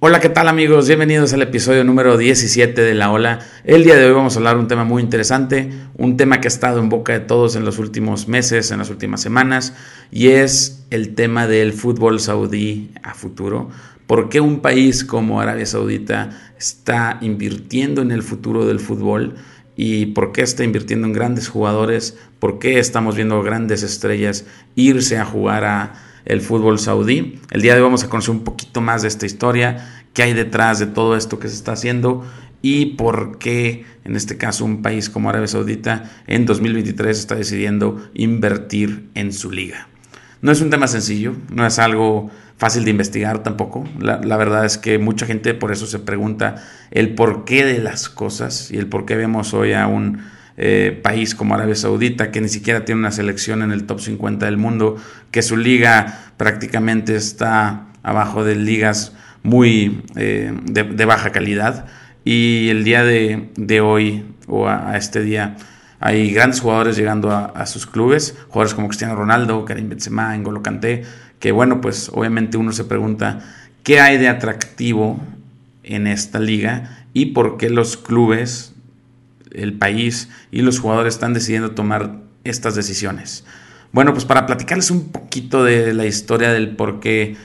Hola, ¿qué tal amigos? Bienvenidos al episodio número 17 de La Ola. El día de hoy vamos a hablar de un tema muy interesante, un tema que ha estado en boca de todos en los últimos meses, en las últimas semanas, y es el tema del fútbol saudí a futuro. ¿Por qué un país como Arabia Saudita está invirtiendo en el futuro del fútbol? ¿Y por qué está invirtiendo en grandes jugadores? ¿Por qué estamos viendo grandes estrellas irse a jugar a el fútbol saudí? El día de hoy vamos a conocer un poquito más de esta historia, qué hay detrás de todo esto que se está haciendo y por qué, en este caso, un país como Arabia Saudita en 2023 está decidiendo invertir en su liga. No es un tema sencillo, no es algo fácil de investigar tampoco. La verdad es que mucha gente por eso se pregunta el porqué de las cosas y el por qué vemos hoy a un país como Arabia Saudita, que ni siquiera tiene una selección en el top 50 del mundo, que su liga prácticamente está abajo de ligas muy de baja calidad. Y el día de hoy, o a este día, hay grandes jugadores llegando a sus clubes, jugadores como Cristiano Ronaldo, Karim Benzema, N'Golo Kanté, que bueno, pues obviamente uno se pregunta qué hay de atractivo en esta liga y por qué los clubes, el país y los jugadores están decidiendo tomar estas decisiones. Bueno, pues para platicarles un poquito de la historia del por qué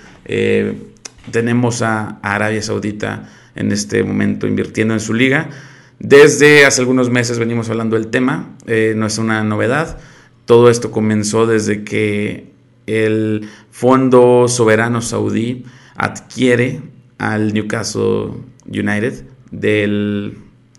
tenemos a Arabia Saudita en este momento invirtiendo en su liga. Desde hace algunos meses venimos hablando del tema, no es una novedad. Todo esto comenzó desde que el Fondo Soberano Saudí adquiere al Newcastle United de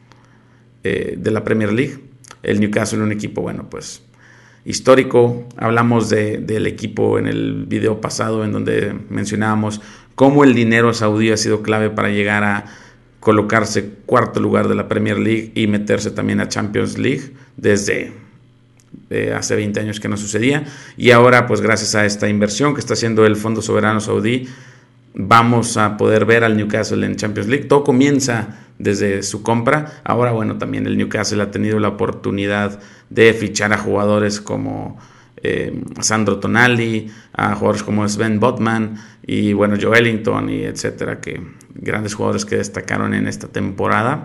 la Premier League. El Newcastle es un equipo, bueno, pues histórico. Hablamos del equipo en el video pasado en donde mencionábamos cómo el dinero saudí ha sido clave para llegar a colocarse cuarto lugar de la Premier League y meterse también a Champions League desde hace 20 años que no sucedía. Y ahora, pues gracias a esta inversión que está haciendo el Fondo Soberano Saudí, vamos a poder ver al Newcastle en Champions League. Todo comienza desde su compra. Ahora, bueno, también el Newcastle ha tenido la oportunidad de fichar a jugadores como Sandro Tonali, a jugadores como Sven Botman y bueno, Joelinton y etcétera, que grandes jugadores que destacaron en esta temporada.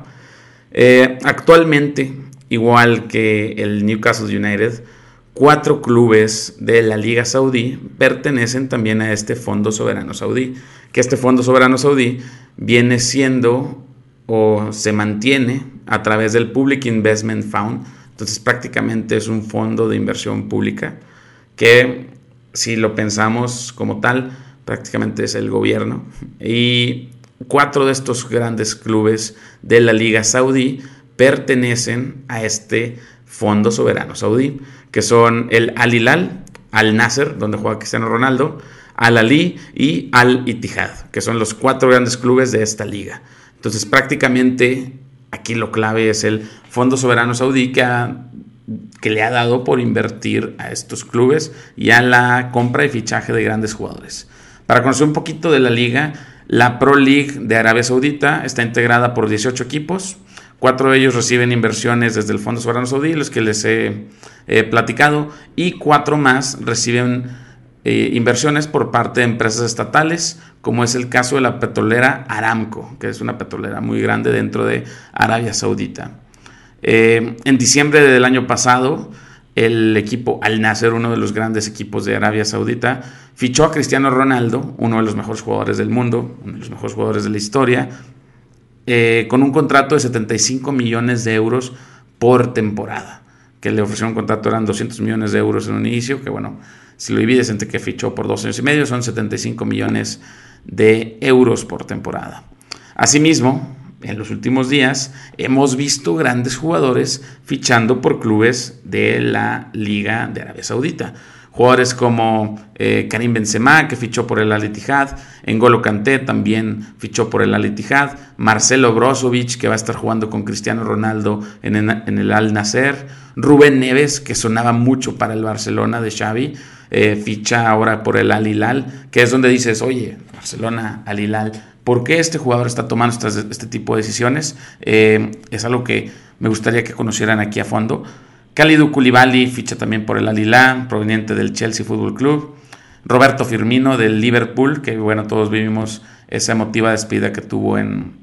Actualmente, igual que el Newcastle United, 4 clubes de la Liga Saudí pertenecen también a este Fondo Soberano Saudí, que este Fondo Soberano Saudí viene siendo o se mantiene a través del Public Investment Fund. Entonces prácticamente es un fondo de inversión pública que, si lo pensamos como tal, prácticamente es el gobierno. Y 4 de estos grandes clubes de la Liga Saudí pertenecen a este Fondo Soberano Saudí, que son el Al Hilal, Al Nasser, donde juega Cristiano Ronaldo, Al Ahly y Al Ittihad, que son los 4 grandes clubes de esta liga. Entonces prácticamente aquí lo clave es el Fondo Soberano Saudí que le ha dado por invertir a estos clubes y a la compra y fichaje de grandes jugadores. Para conocer un poquito de la liga, la Pro League de Arabia Saudita está integrada por 18 equipos. 4 de ellos reciben inversiones desde el Fondo Soberano Saudí, los que les he platicado, y 4 más reciben inversiones por parte de empresas estatales, como es el caso de la petrolera Aramco, que es una petrolera muy grande dentro de Arabia Saudita. En diciembre del año pasado, el equipo Al Nasser, uno de los grandes equipos de Arabia Saudita, fichó a Cristiano Ronaldo, uno de los mejores jugadores del mundo, uno de los mejores jugadores de la historia, con un contrato de 75 millones de euros por temporada, que le ofreció un contrato, eran 200 millones de euros en un inicio, que bueno, si lo divides entre que fichó por 2 años y medio, son 75 millones de euros por temporada. Asimismo, en los últimos días hemos visto grandes jugadores fichando por clubes de la Liga de Arabia Saudita. Jugadores como Karim Benzema, que fichó por el Al Ittihad, N'Golo Kanté también fichó por el Al Ittihad, Marcelo Brozovic, que va a estar jugando con Cristiano Ronaldo en el Al Nasser, Rubén Neves, que sonaba mucho para el Barcelona de Xavi, ficha ahora por el Al Hilal, que es donde dices, oye, Barcelona, Al Hilal, ¿por qué este jugador está tomando este tipo de decisiones? Es algo que me gustaría que conocieran aquí a fondo. Kalidou Koulibaly ficha también por el Al Hilal, proveniente del Chelsea Football Club. Roberto Firmino del Liverpool, que bueno, todos vivimos esa emotiva despedida que tuvo en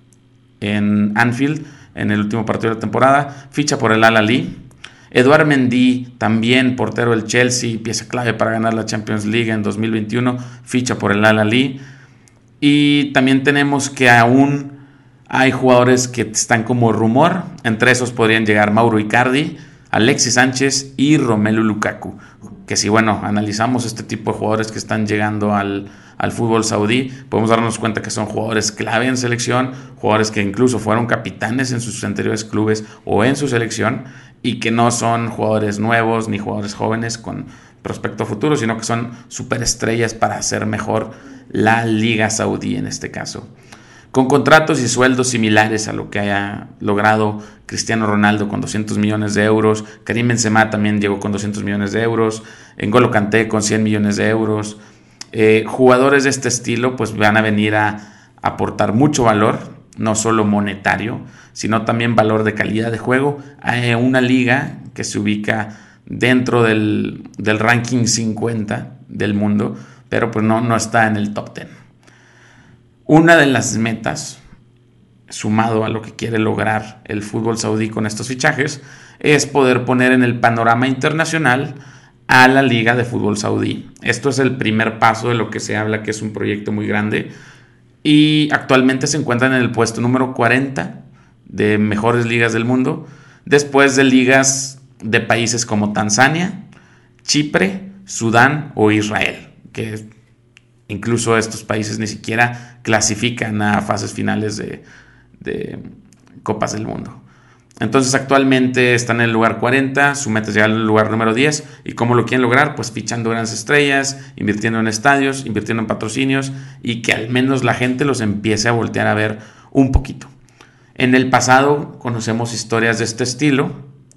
Anfield en el último partido de la temporada, ficha por el Al-Ahly. Edouard Mendy, también portero del Chelsea, pieza clave para ganar la Champions League en 2021, ficha por el Al-Ahly. Y también tenemos que aún hay jugadores que están como rumor, entre esos podrían llegar Mauro Icardi, Alexis Sánchez y Romelu Lukaku, que si bueno, analizamos este tipo de jugadores que están llegando al fútbol saudí, podemos darnos cuenta que son jugadores clave en selección, jugadores que incluso fueron capitanes en sus anteriores clubes o en su selección, y que no son jugadores nuevos ni jugadores jóvenes con prospecto futuro, sino que son superestrellas para hacer mejor la liga saudí en este caso. Con contratos y sueldos similares a lo que haya logrado Cristiano Ronaldo con 200 millones de euros, Karim Benzema también llegó con 200 millones de euros, N'Golo Kanté con 100 millones de euros. Jugadores de este estilo pues van a venir a aportar mucho valor, no solo monetario, sino también valor de calidad de juego a una liga que se ubica dentro del ranking 50 del mundo, pero pues no está en el top 10. Una de las metas, sumado a lo que quiere lograr el fútbol saudí con estos fichajes, es poder poner en el panorama internacional a la Liga de Fútbol Saudí. Esto es el primer paso de lo que se habla que es un proyecto muy grande, y actualmente se encuentran en el puesto número 40 de mejores ligas del mundo, después de ligas de países como Tanzania, Chipre, Sudán o Israel, que incluso estos países ni siquiera clasifican a fases finales de Copas del Mundo. Entonces actualmente están en el lugar 40, su meta es llegar al lugar número 10. ¿Y cómo lo quieren lograr? Pues fichando grandes estrellas, invirtiendo en estadios, invirtiendo en patrocinios, y que al menos la gente los empiece a voltear a ver un poquito. En el pasado conocemos historias de este estilo.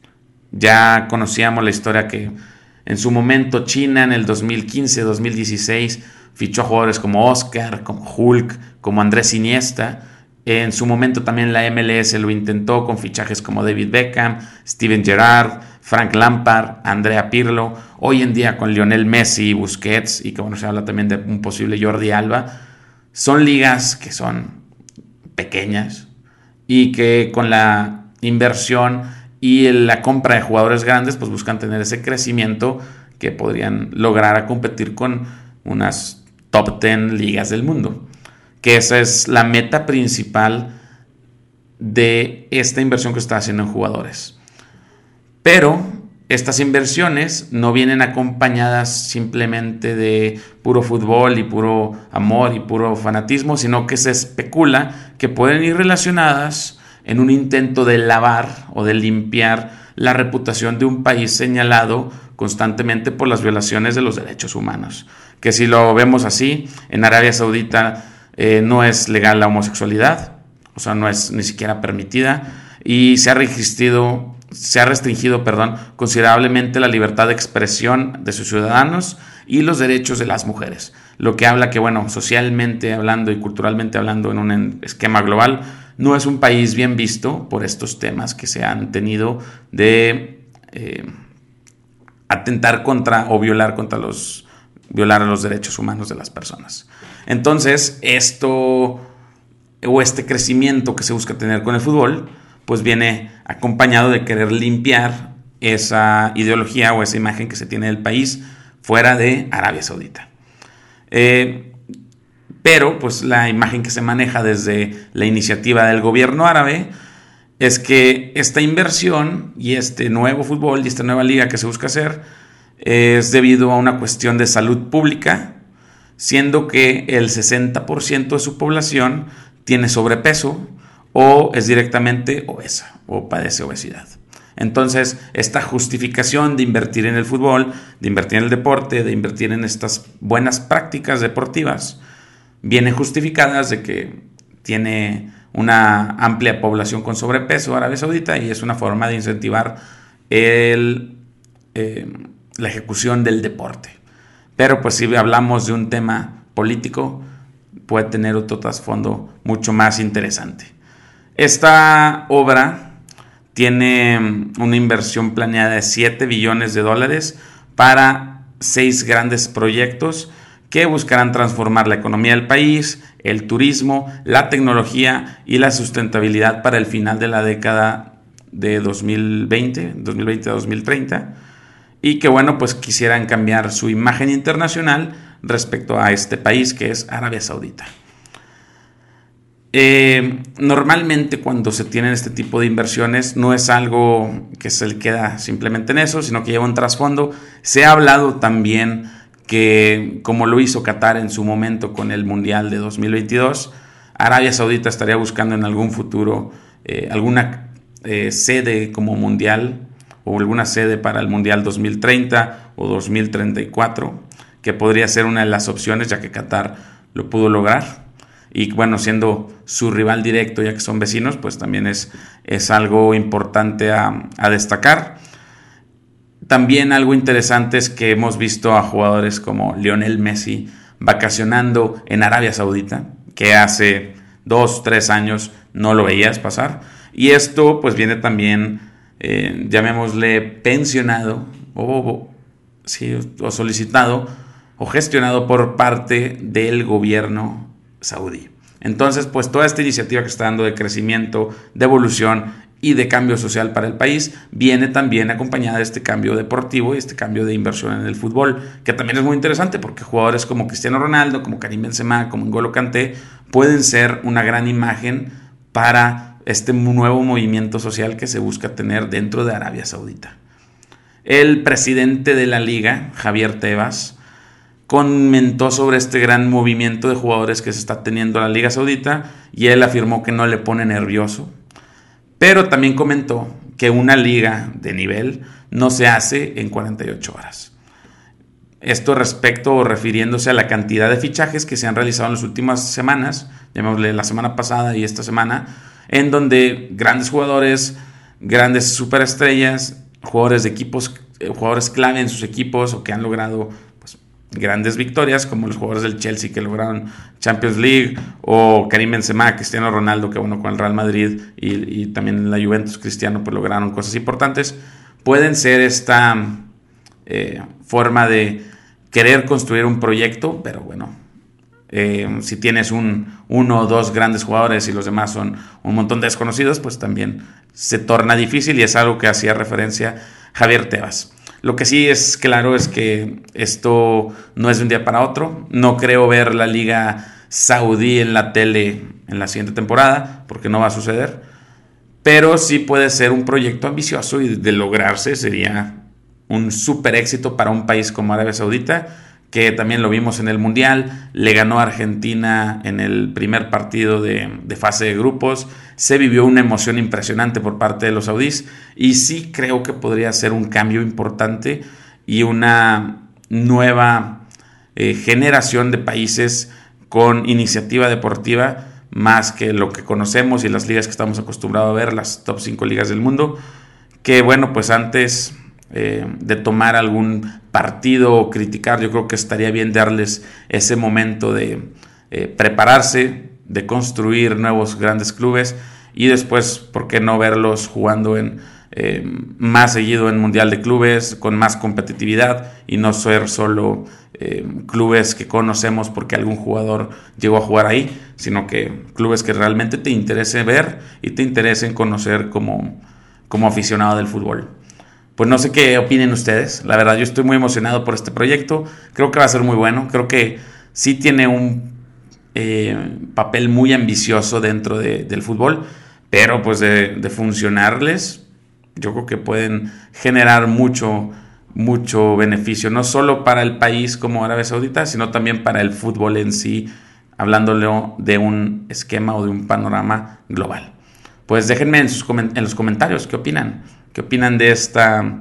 Ya conocíamos la historia que en su momento China en el 2015-2016 fichó a jugadores como Oscar, como Hulk, como Andrés Iniesta. En su momento también la MLS lo intentó con fichajes como David Beckham, Steven Gerrard, Frank Lampard, Andrea Pirlo. Hoy en día con Lionel Messi y Busquets, y que bueno, se habla también de un posible Jordi Alba. Son ligas que son pequeñas y que con la inversión y la compra de jugadores grandes pues buscan tener ese crecimiento que podrían lograr a competir con unas top 10 ligas del mundo, que esa es la meta principal de esta inversión que está haciendo en jugadores. Pero estas inversiones no vienen acompañadas simplemente de puro fútbol y puro amor y puro fanatismo, sino que se especula que pueden ir relacionadas en un intento de lavar o de limpiar la reputación de un país señalado constantemente por las violaciones de los derechos humanos. Que si lo vemos así, en Arabia Saudita no es legal la homosexualidad, o sea, no es ni siquiera permitida, y se ha restringido considerablemente la libertad de expresión de sus ciudadanos y los derechos de las mujeres, lo que habla que, bueno, socialmente hablando y culturalmente hablando en un esquema global, no es un país bien visto por estos temas que se han tenido de atentar contra o violar a los derechos humanos de las personas. Entonces, este crecimiento que se busca tener con el fútbol, pues viene acompañado de querer limpiar esa ideología o esa imagen que se tiene del país fuera de Arabia Saudita. Pero pues la imagen que se maneja desde la iniciativa del gobierno árabe es que esta inversión y este nuevo fútbol y esta nueva liga que se busca hacer es debido a una cuestión de salud pública, siendo que el 60% de su población tiene sobrepeso o es directamente obesa o padece obesidad. Entonces, esta justificación de invertir en el fútbol, de invertir en el deporte, de invertir en estas buenas prácticas deportivas, vienen justificadas de que tiene una amplia población con sobrepeso Arabia Saudita y es una forma de incentivar la ejecución del deporte. Pero pues si hablamos de un tema político, puede tener otro trasfondo mucho más interesante. Esta obra tiene una inversión planeada de $7 billones para 6 grandes proyectos que buscarán transformar la economía del país, el turismo, la tecnología y la sustentabilidad para el final de la década de 2020 a 2030, y que bueno, pues quisieran cambiar su imagen internacional respecto a este país que es Arabia Saudita. Normalmente cuando se tienen este tipo de inversiones no es algo que se le queda simplemente en eso, sino que lleva un trasfondo. Se ha hablado también que, como lo hizo Qatar en su momento con el Mundial de 2022, Arabia Saudita estaría buscando en algún futuro alguna sede como mundial, o alguna sede para el Mundial 2030 o 2034, que podría ser una de las opciones, ya que Qatar lo pudo lograr. Y bueno, siendo su rival directo, ya que son vecinos, pues también es algo importante a destacar. También algo interesante es que hemos visto a jugadores como Lionel Messi vacacionando en Arabia Saudita, que hace 2-3 años no lo veías pasar. Y esto pues viene también, llamémosle pensionado o solicitado o gestionado por parte del gobierno saudí. Entonces, pues toda esta iniciativa que está dando de crecimiento, de evolución y de cambio social para el país viene también acompañada de este cambio deportivo y este cambio de inversión en el fútbol, que también es muy interesante porque jugadores como Cristiano Ronaldo, como Karim Benzema, como N'Golo Kanté pueden ser una gran imagen para este nuevo movimiento social que se busca tener dentro de Arabia Saudita. El presidente de la liga, Javier Tebas, comentó sobre este gran movimiento de jugadores que se está teniendo en la Liga Saudita y él afirmó que no le pone nervioso, pero también comentó que una liga de nivel no se hace en 48 horas. Esto respecto o refiriéndose a la cantidad de fichajes que se han realizado en las últimas semanas, llamémosle la semana pasada y esta semana, en donde grandes jugadores, grandes superestrellas, jugadores de equipos, jugadores clave en sus equipos o que han logrado grandes victorias, como los jugadores del Chelsea que lograron Champions League, o Karim Benzema, Cristiano Ronaldo, que bueno, con el Real Madrid y también en la Juventus, Cristiano, pues lograron cosas importantes. Pueden ser esta forma de querer construir un proyecto, pero bueno, si tienes uno o dos grandes jugadores y los demás son un montón de desconocidos, pues también se torna difícil, y es algo que hacía referencia Javier Tebas. Lo que sí es claro es que esto no es de un día para otro. No creo ver la Liga Saudí en la tele en la siguiente temporada, porque no va a suceder. Pero sí puede ser un proyecto ambicioso, y de lograrse sería un súper éxito para un país como Arabia Saudita, que también lo vimos en el Mundial. Le ganó a Argentina en el primer partido de fase de grupos. Se vivió una emoción impresionante por parte de los saudíes, y sí creo que podría ser un cambio importante y una nueva generación de países con iniciativa deportiva, más que lo que conocemos y las ligas que estamos acostumbrados a ver, las top 5 ligas del mundo, que bueno, pues antes de tomar algún partido o criticar, yo creo que estaría bien darles ese momento de prepararse, de construir nuevos grandes clubes, y después, ¿por qué no verlos jugando más seguido en Mundial de Clubes, con más competitividad, y no ser solo clubes que conocemos porque algún jugador llegó a jugar ahí, sino que clubes que realmente te interese ver y te interesen conocer como aficionado del fútbol? Pues no sé qué opinen ustedes. La verdad, yo estoy muy emocionado por este proyecto. Creo que va a ser muy bueno. Creo que sí tiene un papel muy ambicioso dentro del fútbol, pero pues de funcionarles, yo creo que pueden generar mucho beneficio, no solo para el país como Arabia Saudita, sino también para el fútbol en sí, hablándole de un esquema o de un panorama global. Pues déjenme en los comentarios qué opinan. ¿Qué opinan de esta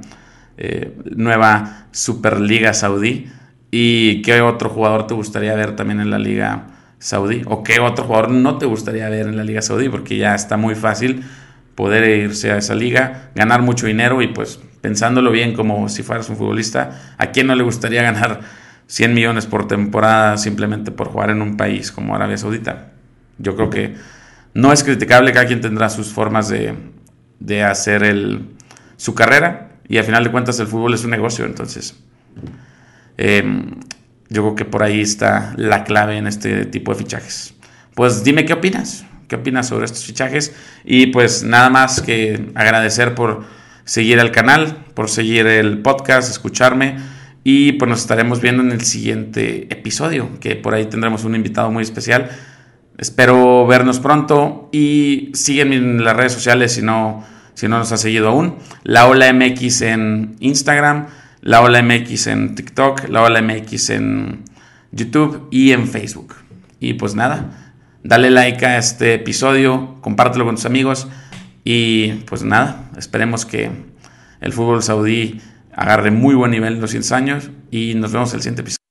nueva Superliga Saudí? ¿Y qué otro jugador te gustaría ver también en la Liga Saudí? ¿O qué otro jugador no te gustaría ver en la Liga Saudí? Porque ya está muy fácil poder irse a esa liga, ganar mucho dinero, y pues pensándolo bien, como si fueras un futbolista, ¿a quién no le gustaría ganar 100 millones por temporada simplemente por jugar en un país como Arabia Saudita? Yo creo que no es criticable, cada quien tendrá sus formas de hacer su carrera, y al final de cuentas el fútbol es un negocio. Entonces Yo creo que por ahí está la clave en este tipo de fichajes. Pues dime qué opinas. ¿Qué opinas sobre estos fichajes? Y pues nada más que agradecer por seguir el canal, por seguir el podcast, escucharme. Y pues nos estaremos viendo en el siguiente episodio, que por ahí tendremos un invitado muy especial. Espero vernos pronto y sígueme en las redes sociales si no nos has seguido aún. La Ola MX en Instagram, La Ola MX en TikTok, La Ola MX en YouTube y en Facebook. Y pues nada, dale like a este episodio, compártelo con tus amigos y pues nada, esperemos que el fútbol saudí agarre muy buen nivel en los 100 años y nos vemos en el siguiente episodio.